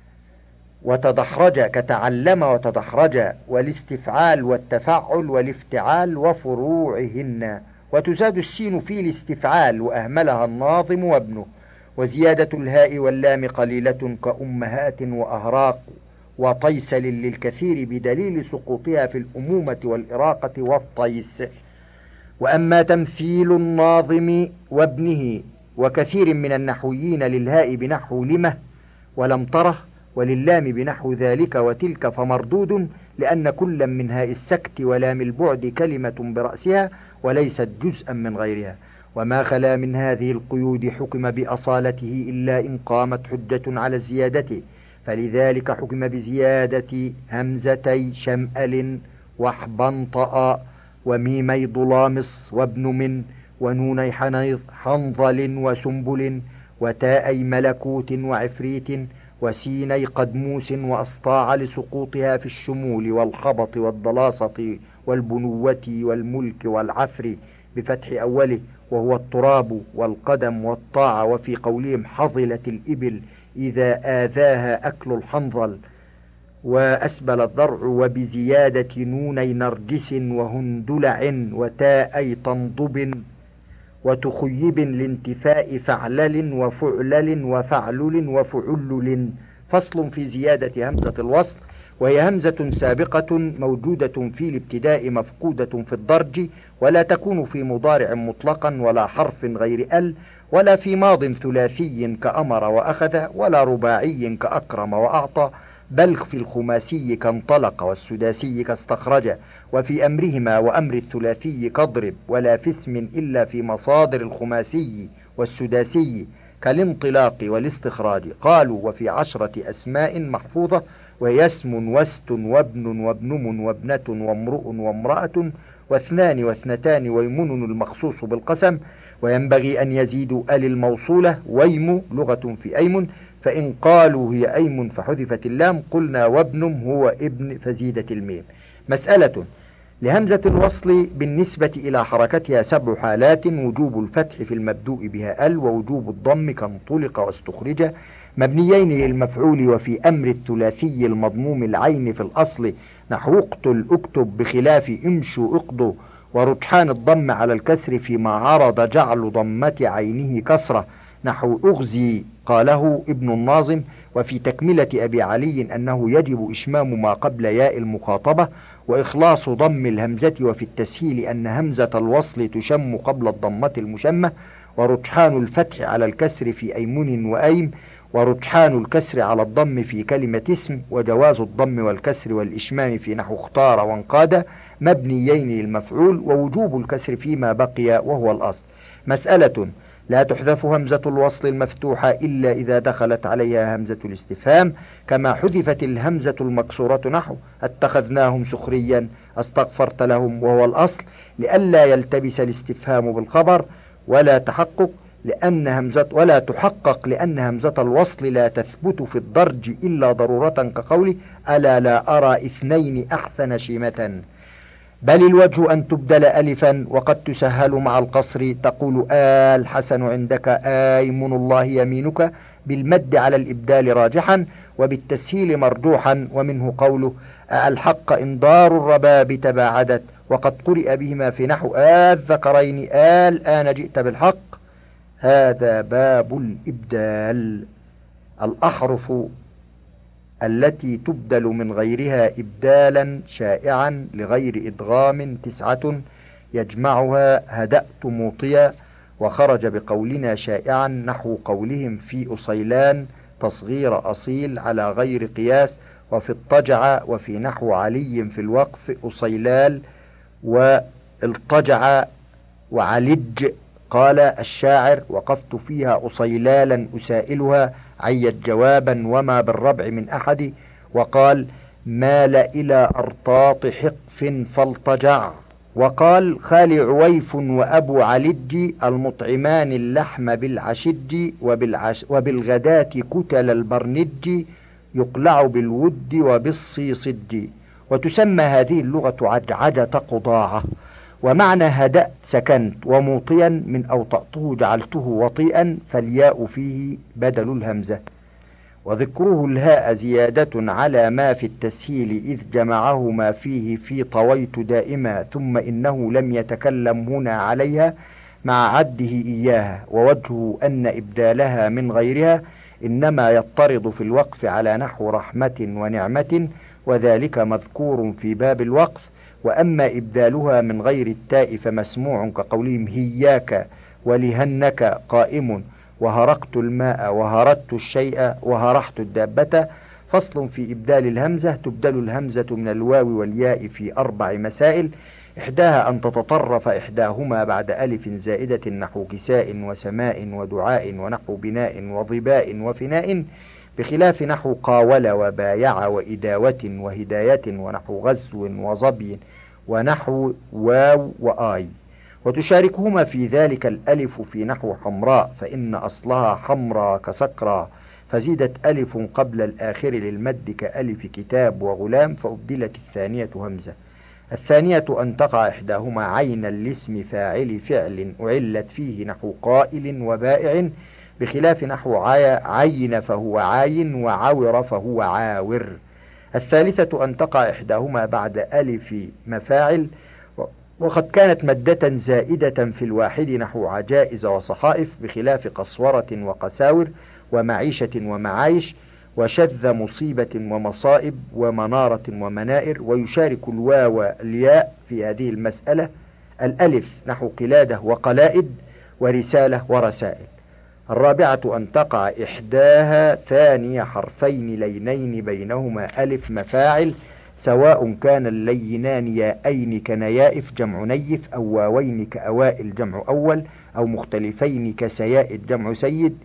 وتدحرج، والاستفعال والتفعل والافتعال وفروعهن. وتزاد السين في الاستفعال وأهملها الناظم وابنه. وزيادة الهاء واللام قليلة كأمهات وأهراق وطيسل للكثير، بدليل سقوطها في الأمومة والإراقة والطيس. وأما تمثيل الناظم وابنه وكثير من النحويين للهاء بنحو لمه ولم تره، وللام بنحو ذلك وتلك، فمردود، لأن كل من هاء السكت ولام البعد كلمة برأسها وليست جزءا من غيرها. وما خلا من هذه القيود حكم بأصالته إلا إن قامت حجة على زيادته، فلذلك حكم بزيادة همزتي شمأل وحبنطأ وميمي ضلامص وابن من ونوني حنظل وسنبل وتاءي ملكوت وعفريت وسيني قدموس وأسطاع، لسقوطها في الشمول والخبط والضلاصة والبنوة والملك والعفر بفتح أوله وهو التراب والقدم والطاعة. وفي قولهم حظلت الإبل إذا آذاها أكل الحنظل وأسبل الضرع، وبزيادة نوني نرجس وهندلع وتاءي تنضب وتخيب لانتفاء فعلل وفعلل وفعلل وفعلل. فصل في زيادة همزة الوصل، وهي همزة سابقة موجودة في الابتداء مفقودة في الضرج، ولا تكون في مضارع مطلقا ولا حرف غير ال، ولا في ماض ثلاثي كأمر وأخذ، ولا رباعي كأكرم وأعطى، بل في الخماسي كانطلق والسداسي كاستخرج، وفي أمرهما وأمر الثلاثي كاضرب، ولا في اسم إلا في مصادر الخماسي والسداسي كالانطلاق والاستخراج. قالوا وفي 10 أسماء محفوظة، وهي اسم واست وابن وابنم وابنة وامرؤ وامرأة واثنان واثنتان ويمن المخصوص بالقسم. وينبغي أن يزيدوا ال الموصولة ويم لغة في أيمن، فإن قالوا هي أيم فحذفت اللام قلنا وابنم هو ابن فزيدت الميم. مسألة: لهمزة الوصل بالنسبة إلى حركتها 7 حالات: وجوب الفتح في المبدوء بها ال، ووجوب الضم كانطلق واستخرج، مبنيين للمفعول. وفي أمر الثلاثي المضموم العين في الأصل نحو اقتل اكتب، بخلاف امشوا اقضوا، ورجحان الضم على الكسر فيما عرض جعل ضمة عينه كسرة نحو أغزي قاله ابن الناظم. وفي تكملة أبي علي أنه يجب إشمام ما قبل ياء المخاطبة وإخلاص ضم الهمزة. وفي التسهيل أن همزة الوصل تشم قبل الضمة المشمة، ورجحان الفتح على الكسر في أيمن وأيم، ورجحان الكسر على الضم في كلمة اسم، وجواز الضم والكسر والإشمام في نحو اختار وانقاد مبنيين للمفعول، ووجوب الكسر فيما بقي وهو الأصل. مسألة: لا تحذف همزة الوصل المفتوحة إلا إذا دخلت عليها همزة الاستفهام، كما حذفت الهمزة المكسورة نحو اتخذناهم سخريا استغفرت لهم وهو الأصل، لئلا يلتبس الاستفهام بالخبر، ولا تحقق لأن همزة الوصل لا تثبت في الدرج إلا ضرورة، كقول ألا لا أرى 2 أحسن شيمة، بل الوجه أن تبدل ألفا، وقد تسهل مع القصر تقول الحسن عندك آيمن الله يمينك، بالمد على الإبدال راجحا، وبالتسهيل مرجوحا. ومنه قوله الحق إنذار الرباب تباعدت، وقد قرئ بهما في نحو الذكرين الآن جئت بالحق. هذا باب الإبدال. الأحرف التي تبدل من غيرها إبدالا شائعا لغير إدغام 9 يجمعها هدأت موطيا، وخرج بقولنا شائعا نحو قولهم في أصيلان تصغير أصيل على غير قياس، وفي الطجع، وفي نحو علي في الوقف أصيلال والطجع وعلج. قال الشاعر وقفت فيها أصيلالا أسائلها عيت جوابا وما بالربع من أحد. وقال مال إلى أرطاط حقف فالتجع. وقال خال عويف وأبو علج المطعمان اللحم بالعشج وبالغداة كتل البرنج يقلع بالود وبالصيصج. وتسمى هذه اللغة عجعجة قضاعة. ومعنى هدأت سكنت، وموطيا من أوطأته جعلته وطيئا، فالياء فيه بدل الهمزة. وذكره الهاء زيادة على ما في التسهيل إذ جمعه ما فيه في طويت دائما، ثم إنه لم يتكلم هنا عليها مع عده إياها. ووجهه أن إبدالها من غيرها إنما يضطرد في الوقف على نحو رحمة ونعمة، وذلك مذكور في باب الوقف. وأما إبدالها من غير التاء فمسموع كقولهم هياك ولهنك قائم، وهرقت الماء وهردت الشيء وهرحت الدابة. فصل في إبدال الهمزة. تبدل الهمزة من الواو والياء في 4 مسائل، إحداها أن تتطرف إحداهما بعد ألف زائدة نحو كساء وسماء ودعاء ونحو بناء وضباء وفناء، بخلاف نحو قاول وبايع وإداوة وهداية ونحو غزو وظبي ونحو واو وآي. وتشاركهما في ذلك الألف في نحو حمراء، فإن أصلها حمراء كسكرى، فزيدت ألف قبل الآخر للمد كألف كتاب وغلام، فأبدلت الثانية همزة. الثانية أن تقع إحداهما عين الاسم فاعل فعل أعلت فيه نحو قائل وبائع، بخلاف نحو عين فهو عاين وعور فهو عاور. الثالثة أن تقع إحداهما بعد ألف مفاعل، وقد كانت مدة زائدة في الواحد نحو عجائز وصحائف، بخلاف قسورة وقساور ومعيشة ومعايش وشذ مصيبة ومصائب ومنارة ومنائر. ويشارك الواو الياء في هذه المسألة الألف نحو قلادة وقلائد ورسالة ورسائل. الرابعة أن تقع إحداها ثاني حرفين لينين بينهما ألف مفاعل، سواء كان اللينان ياءين كنيائف جمع نيف، أو واوين كأوائل جمع أول، أو مختلفين كسيائد جمع سيد،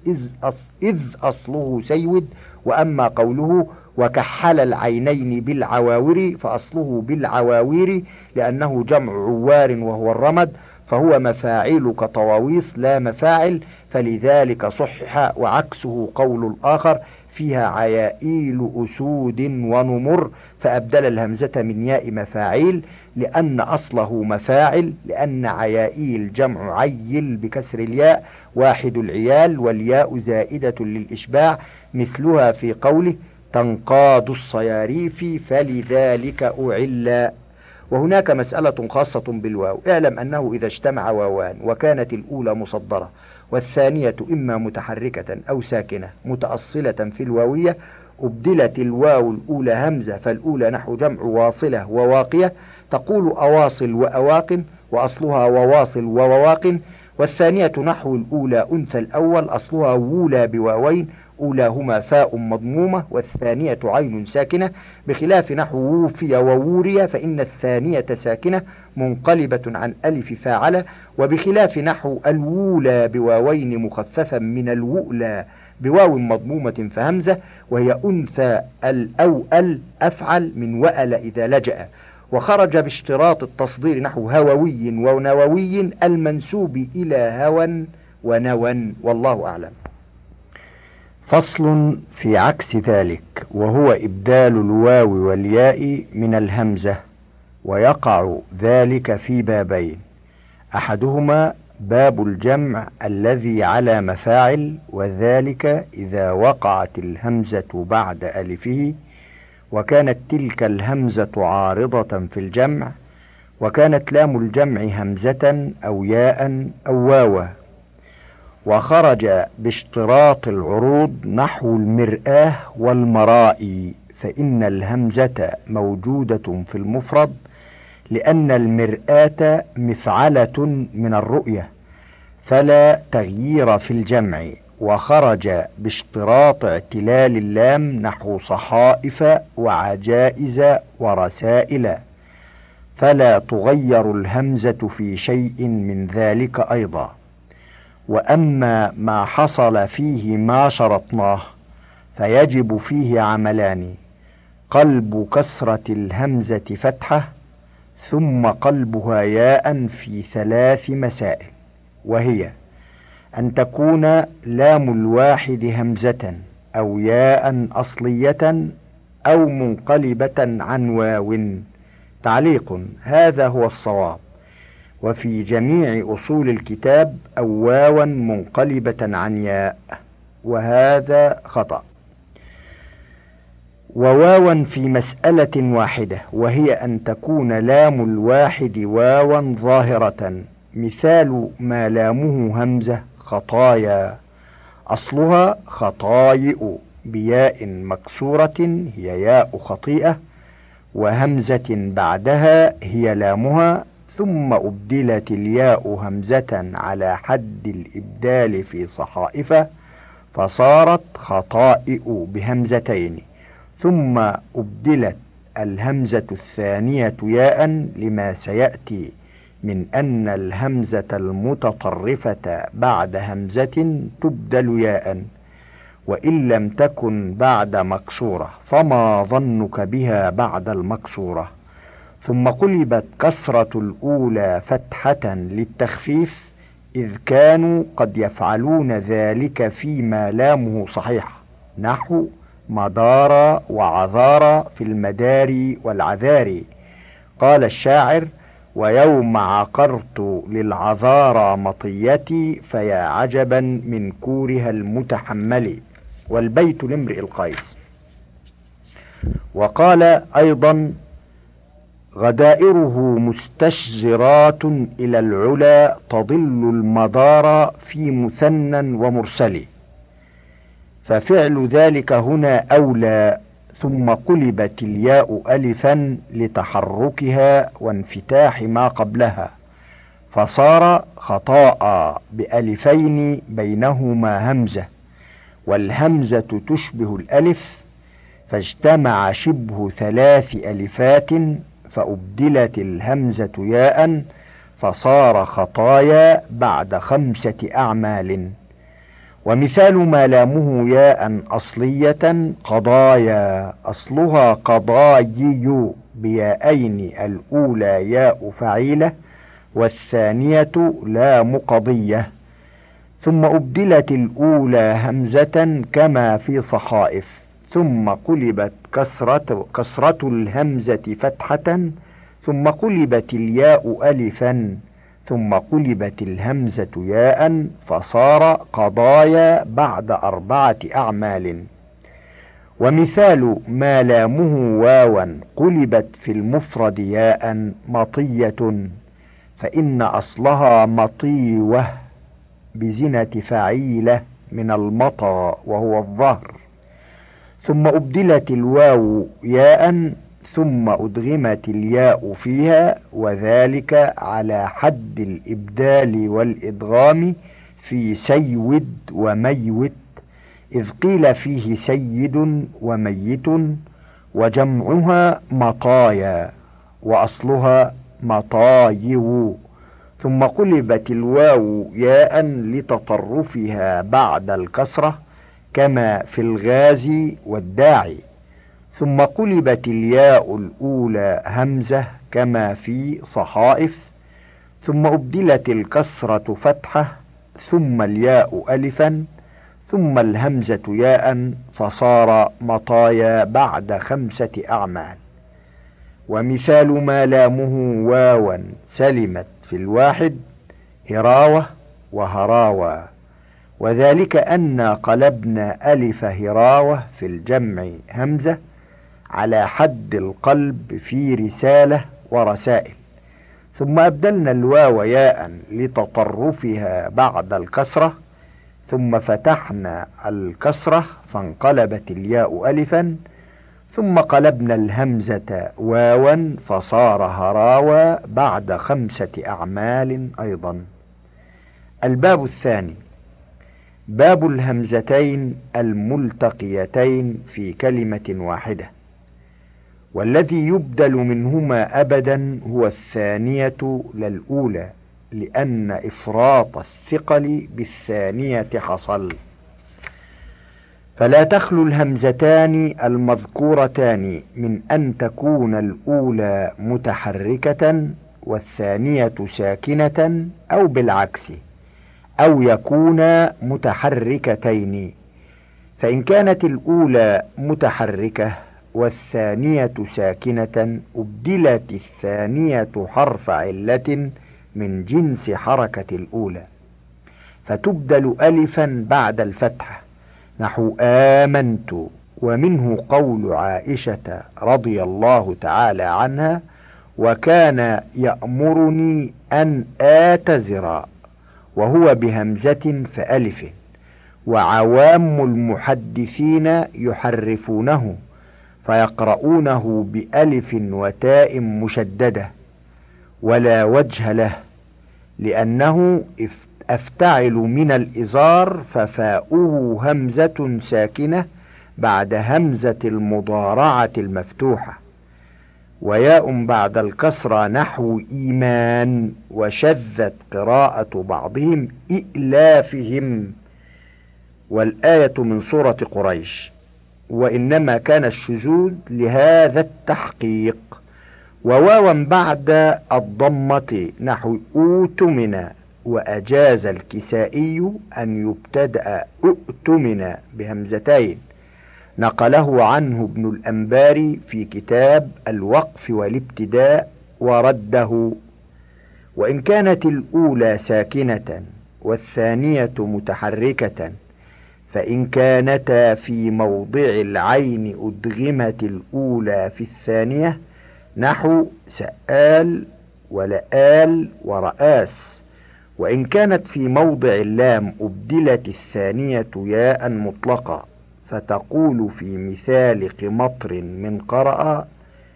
إذ أصله سيود. وأما قوله وكحل العينين بالعواور فأصله بالعواوير، لأنه جمع عوار وهو الرمد، فهو مفاعيل كطواويس لا مفاعل، فلذلك صحح. وعكسه قول الآخر فيها عيائيل أسود ونمر، فأبدل الهمزة من ياء مفاعيل لأن أصله مفاعل، لأن عيائيل جمع عيل بكسر الياء واحد العيال، والياء زائدة للإشباع، مثلها في قوله تنقاد الصياريف فلذلك أعلا. وهناك مسألة خاصة بالواو. اعلم أنه إذا اجتمع واوان وكانت الأولى مصدرة والثانية إما متحركة أو ساكنة متأصلة في الواوية، أبدلت الواو الأولى همزة، فالأولى نحو جمع واصلة وواقية، تقول أواصل وأواق، وأصلها وواصل وواق. والثانية نحو الأولى أنثى الأول، أصلها وولى بواوين، أولاهما فاء مضمومة والثانية عين ساكنة، بخلاف نحو ووفي ووري، فإن الثانية ساكنة منقلبة عن ألف فاعلة. وبخلاف نحو الوولى بواوين مخففا من الوؤلى بواو مضمومة فهمزة، وهي أنثى الأوأل أفعل من وأل إذا لجأ. وخرج باشتراط التصدير نحو هووي ونووي المنسوب إلى هوى ونوى، والله أعلم. فصل في عكس ذلك، وهو إبدال الواو والياء من الهمزة، ويقع ذلك في بابين: أحدهما باب الجمع الذي على مفاعل، وذلك إذا وقعت الهمزة بعد ألفه، وكانت تلك الهمزة عارضة في الجمع، وكانت لام الجمع همزة أو ياء أو واوا. وخرج باشتراط العروض نحو المرآة والمرائي، فإن الهمزة موجودة في المفرد، لأن المرآة مفعلة من الرؤية، فلا تغيير في الجمع. وخرج باشتراط اعتلال اللام نحو صحائف وعجائز ورسائل، فلا تغير الهمزة في شيء من ذلك أيضا. وأما ما حصل فيه ما شرطناه فيجب فيه عملان: قلب كسرة الهمزة فتحة ثم قلبها ياء في 3 مسائل، وهي أن تكون لام الواحد همزة أو ياء أصلية أو منقلبة عن واو. تعليق: هذا هو الصواب، وفي جميع أصول الكتاب أو واوا منقلبة عن ياء، وهذا خطأ. وواوا في مسألة واحدة، وهي أن تكون لام الواحد واوا ظاهرة، مثال ما لامه همزة خطايا، أصلها خطايئ بياء مكسورة هي ياء خطيئة، وهمزة بعدها هي لامها، ثم أبدلت الياء همزة على حد الإبدال في صحائف فصارت خطائئ بهمزتين، ثم أبدلت الهمزة الثانية ياء لما سيأتي من أن الهمزة المتطرفة بعد همزة تبدل ياء، وإن لم تكن بعد مكسورة فما ظنك بها بعد المكسورة. ثم قلبت كسرة الأولى فتحة للتخفيف، إذ كانوا قد يفعلون ذلك فيما لامه صحيح، نحو مدار وعذار في المدار والعذار. قال الشاعر: ويوم عقرت للعذارى مطيتي فيا عجبا من كورها المتحمل. والبيت لامرئ القيس. وقال أيضا: غدائره مستشزرات إلى العلا تضل المدار في مثنى ومرسل، ففعل ذلك هنا أولى. ثم قلبت الياء ألفا لتحركها وانفتاح ما قبلها، فصار خطاء بألفين بينهما همزة، والهمزة تشبه الألف، فاجتمع شبه 3 ألفات فأبدلت الهمزة ياء، فصار خطايا بعد 5 أعمال. ومثال ما لامه ياء أصلية قضايا، أصلها قضايي بياءين، الأولى ياء فعيلة والثانية لام قضية، ثم أبدلت الأولى همزة كما في صحائف، ثم قلبت كسرة الهمزة فتحة، ثم قلبت الياء ألفا، ثم قلبت الهمزة ياء، فصار قضايا بعد 4 أعمال. ومثال ما لامه واوا قلبت في المفرد ياء مطية، فإن أصلها مطيوة بزنة فعيلة من المطى وهو الظهر، ثم أبدلت الواو ياء، ثم أدغمت الياء فيها، وذلك على حد الإبدال والإدغام في سيود وميوت، إذ قيل فيه سيد وميت، وجمعها مطايا وأصلها مطايو. ثم قلبت الواو ياء لتطرفها بعد الكسرة كما في الغازي والداعي، ثم قلبت الياء الأولى همزة كما في صحائف، ثم أبدلت الكسرة فتحة، ثم الياء ألفا، ثم الهمزة ياء، فصار مطايا بعد 5 أعمال. ومثال ما لامه واوا سلمت في الواحد هراوة وهراوة، وذلك أن قلبنا ألف هراوة في الجمع همزة على حد القلب في رسالة ورسائل، ثم أبدلنا الواو ياء لتطرفها بعد الكسرة، ثم فتحنا الكسرة فانقلبت الياء ألفا، ثم قلبنا الهمزة واوا فصار هراوى بعد 5 أعمال أيضا. الباب الثاني باب الهمزتين الملتقيتين في كلمة واحدة، والذي يبدل منهما أبدا هو الثانية لا الأولى، لأن إفراط الثقل بالثانية حصل. فلا تخلو الهمزتان المذكورتان من أن تكون الأولى متحركة والثانية ساكنة، أو بالعكس، أو يكونا متحركتين. فإن كانت الأولى متحركة والثانية ساكنة أبدلت الثانية حرف علة من جنس حركة الأولى، فتبدل ألفا بعد الفتحة، نحو آمنت. ومنه قول عائشة رضي الله تعالى عنها: وكان يأمرني أن آتزر، وهو بهمزة فألف. وعوام المحدثين يحرفونه فيقرؤونه بألف وتاء مشددة ولا وجه له، لأنه أفتعل من الإزار، ففاؤه همزة ساكنة بعد همزة المضارعة المفتوحة، وياء بعد الكسرة نحو إيمان. وشذت قراءة بعضهم إئلافهم، والآية من سورة قريش، وإنما كان الشذوذ لهذا التحقيق. وواوا بعد الضمة نحو أؤتمن. وأجاز الكسائي أن يبتدأ أؤتمن بهمزتين، نقله عنه ابن الأنباري في كتاب الوقف والابتداء ورده. وإن كانت الأولى ساكنة والثانية متحركة، فإن كانتا في موضع العين أدغمت الأولى في الثانية، نحو سآل ولآل ورآس. وإن كانت في موضع اللام أبدلت الثانية ياء مطلقة، فتقول في مثال قمطر من قرأ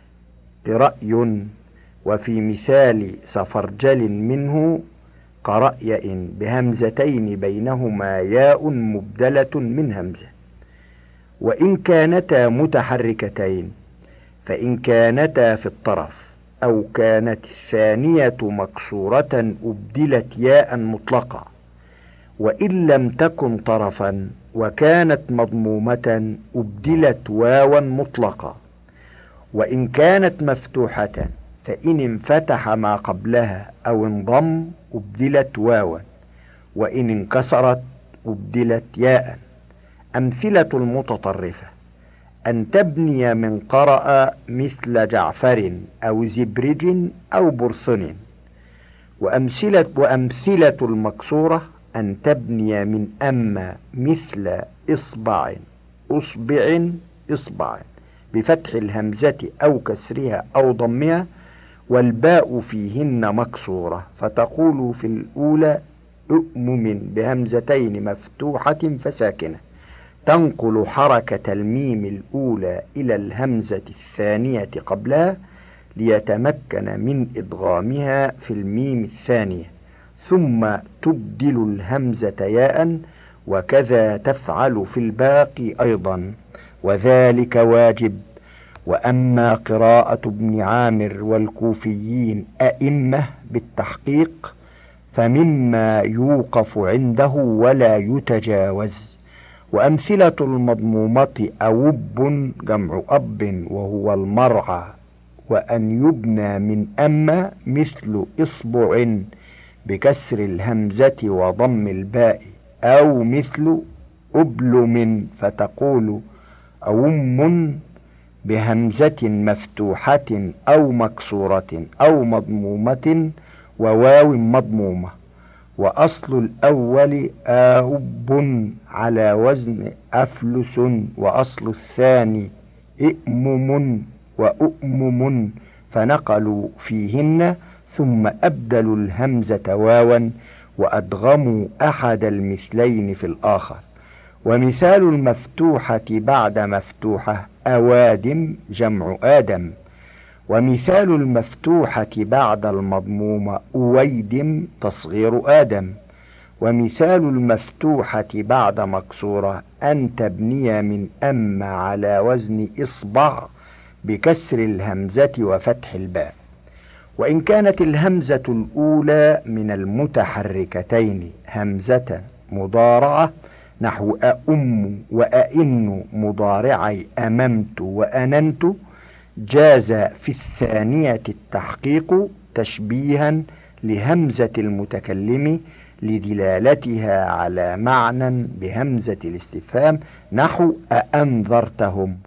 قرأي، وفي مثال سفرجل منه قرأي بهمزتين بينهما ياء مبدلة من همزة. وإن كانتا متحركتين، فإن كانتا في الطرف أو كانت الثانية مكسورة أبدلت ياء مطلقة. وإن لم تكن طرفا وكانت مضمومة أبدلت واوا مطلقة. وإن كانت مفتوحة، فإن انفتح ما قبلها أو انضم أبدلت واوا، وإن انكسرت أبدلت ياء. أمثلة المتطرفة: أن تبني من قرأ مثل جعفر أو زبرج أو برثن. وأمثلة المكسورة: أن تبني من أما مثل إصبع أصبع إصبع بفتح الهمزة أو كسرها أو ضمها، والباء فيهن مكسورة، فتقول في الأولى أؤمم بهمزتين مفتوحة فساكنة، تنقل حركة الميم الأولى إلى الهمزة الثانية قبلها ليتمكن من إدغامها في الميم الثانية، ثم تبدل الهمزة ياء، وكذا تفعل في الباقي أيضا، وذلك واجب. وأما قراءة ابن عامر والكوفيين أئمة بالتحقيق فمما يوقف عنده ولا يتجاوز. وأمثلة المضمومة أوب جمع أب وهو المرعى. وأن يبنى من أما مثل إصبع بكسر الهمزة وضم الباء، أو مثل أبلم فتقول أوم بهمزة مفتوحة أو مكسورة أو مضمومة وواو مضمومة. وأصل الأول آهب على وزن أفلس، وأصل الثاني إئمم وأؤمم، فنقلوا فيهن ثم أبدلوا الهمزة واوا وأدغموا أحد المثلين في الآخر. ومثال المفتوحة بعد مفتوحة أوادم جمع آدم. ومثال المفتوحة بعد المضمومة أويدم تصغير آدم. ومثال المفتوحة بعد مكسورة أن تبني من أم على وزن إصبع بكسر الهمزة وفتح الباء. وإن كانت الهمزة الأولى من المتحركتين همزة مضارعة نحو أأم وأئن مضارعي أممت وأننت، جاز في الثانية التحقيق تشبيها لهمزة المتكلم لدلالتها على معنى بهمزة الاستفهام، نحو أأنذرتهم.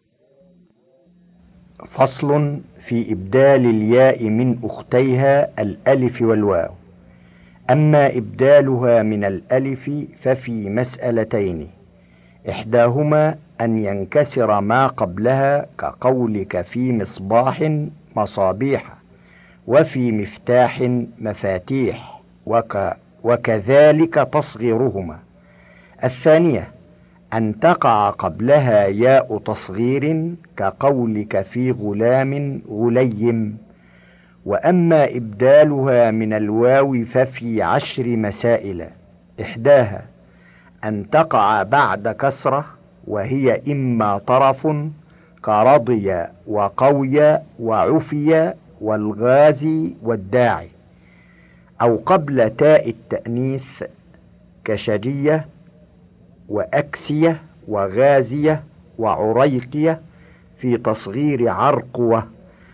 فصل في إبدال الياء من أختيها الألف والواو. أما إبدالها من الألف ففي مسألتين، إحداهما أن ينكسر ما قبلها كقولك في مصباح مصابيح، وفي مفتاح مفاتيح، وكذلك تصغيرهما. الثانية أن تقع قبلها ياء تصغير كقولك في غلام غليم. وأما إبدالها من الواو ففي 10 مسائل، إحداها أن تقع بعد كسرة، وهي إما طرف كرضي وقوي وعفي والغازي والداعي، أو قبل تاء التأنيث كشجية وأكسية وغازية وعريقية في تصغير عرقوة،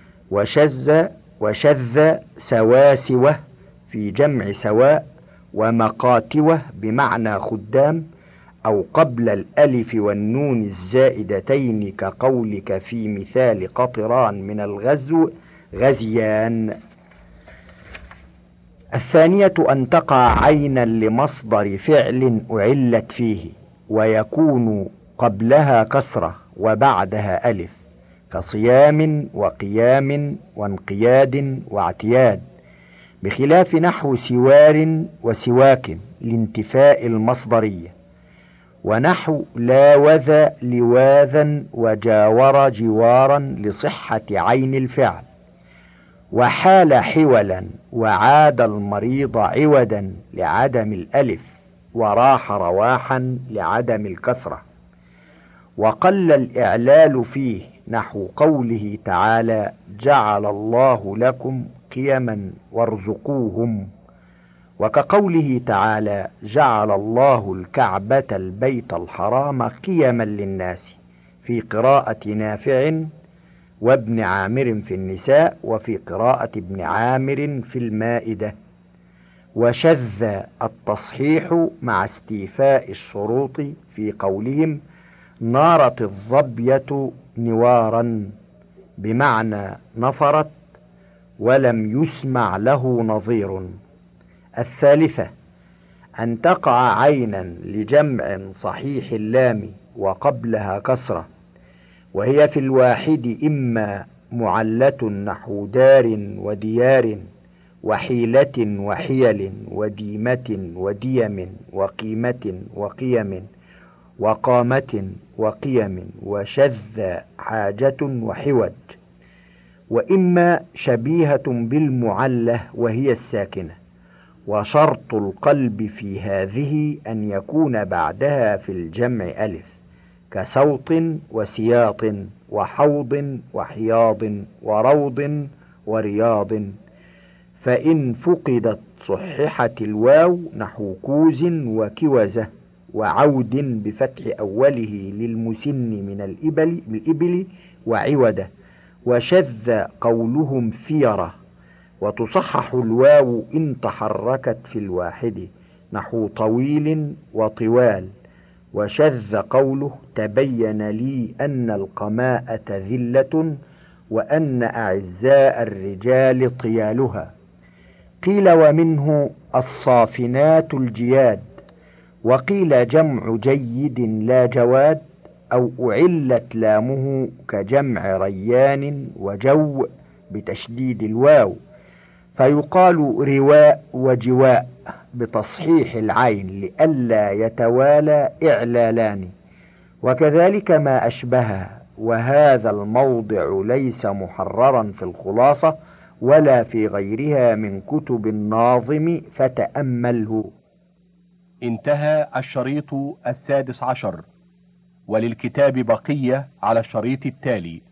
وشذ سواسوة في جمع سواء، ومقاتوة بمعنى خدام، أو قبل الألف والنون الزائدتين كقولك في مثال قطران من الغزو غزيان. الثانية أن تقع عينا لمصدر فعل أعلت فيه، ويكون قبلها كسرة وبعدها ألف، كصيام وقيام وانقياد واعتياد، بخلاف نحو سوار وسواك لانتفاء المصدرية، ونحو لاوذ لواذا وجاور جوارا لصحة عين الفعل، وحال حولا وعاد المريض عودا لعدم الألف، وراح رواحا لعدم الكسرة. وقل الإعلال فيه نحو قوله تعالى جعل الله لكم قيما وارزقوهم، وكقوله تعالى جعل الله الكعبة البيت الحرام قيما للناس في قراءة نافع وابن عامر في النساء، وفي قراءة ابن عامر في المائدة. وشذ التصحيح مع استيفاء الشروط في قولهم نارت الظبية نوارا، بمعنى نفرت ولم يسمع له نظير. الثالثة أن تقع عينا لجمع صحيح اللام وقبلها كسرة، وهي في الواحد إما معلة نحو دار وديار، وحيلة وحيل، وديمة وديم، وقيمة وقيم، وقامة وقيم، وشذ حاجة وحوج. وإما شبيهة بالمعلة وهي الساكنة، وشرط القلب في هذه أن يكون بعدها في الجمع ألف، كسوط وسياط وحوض وحياض وروض ورياض. فإن فقدت صححت الواو نحو كوز وكوزة وعود بفتح أوله للمسن من الإبل وعودة. وشذ قولهم ثيرة، وتصحح الواو إن تحركت في الواحد نحو طويل وطوال. وشذ قوله تبين لي أن القماءة ذلة، وأن أعزاء الرجال طيالها. قيل ومنه الصافنات الجياد، وقيل جمع جيد لا جواد، أو أعلت لامه كجمع ريان وجو بتشديد الواو، فيقال رواء وجواء بتصحيح العين لئلا يتوالى إعلالان، وكذلك ما أشبهها. وهذا الموضع ليس محررا في الخلاصة ولا في غيرها من كتب الناظم، فتأمله. انتهى الشريط 16، وللكتاب بقية على الشريط التالي.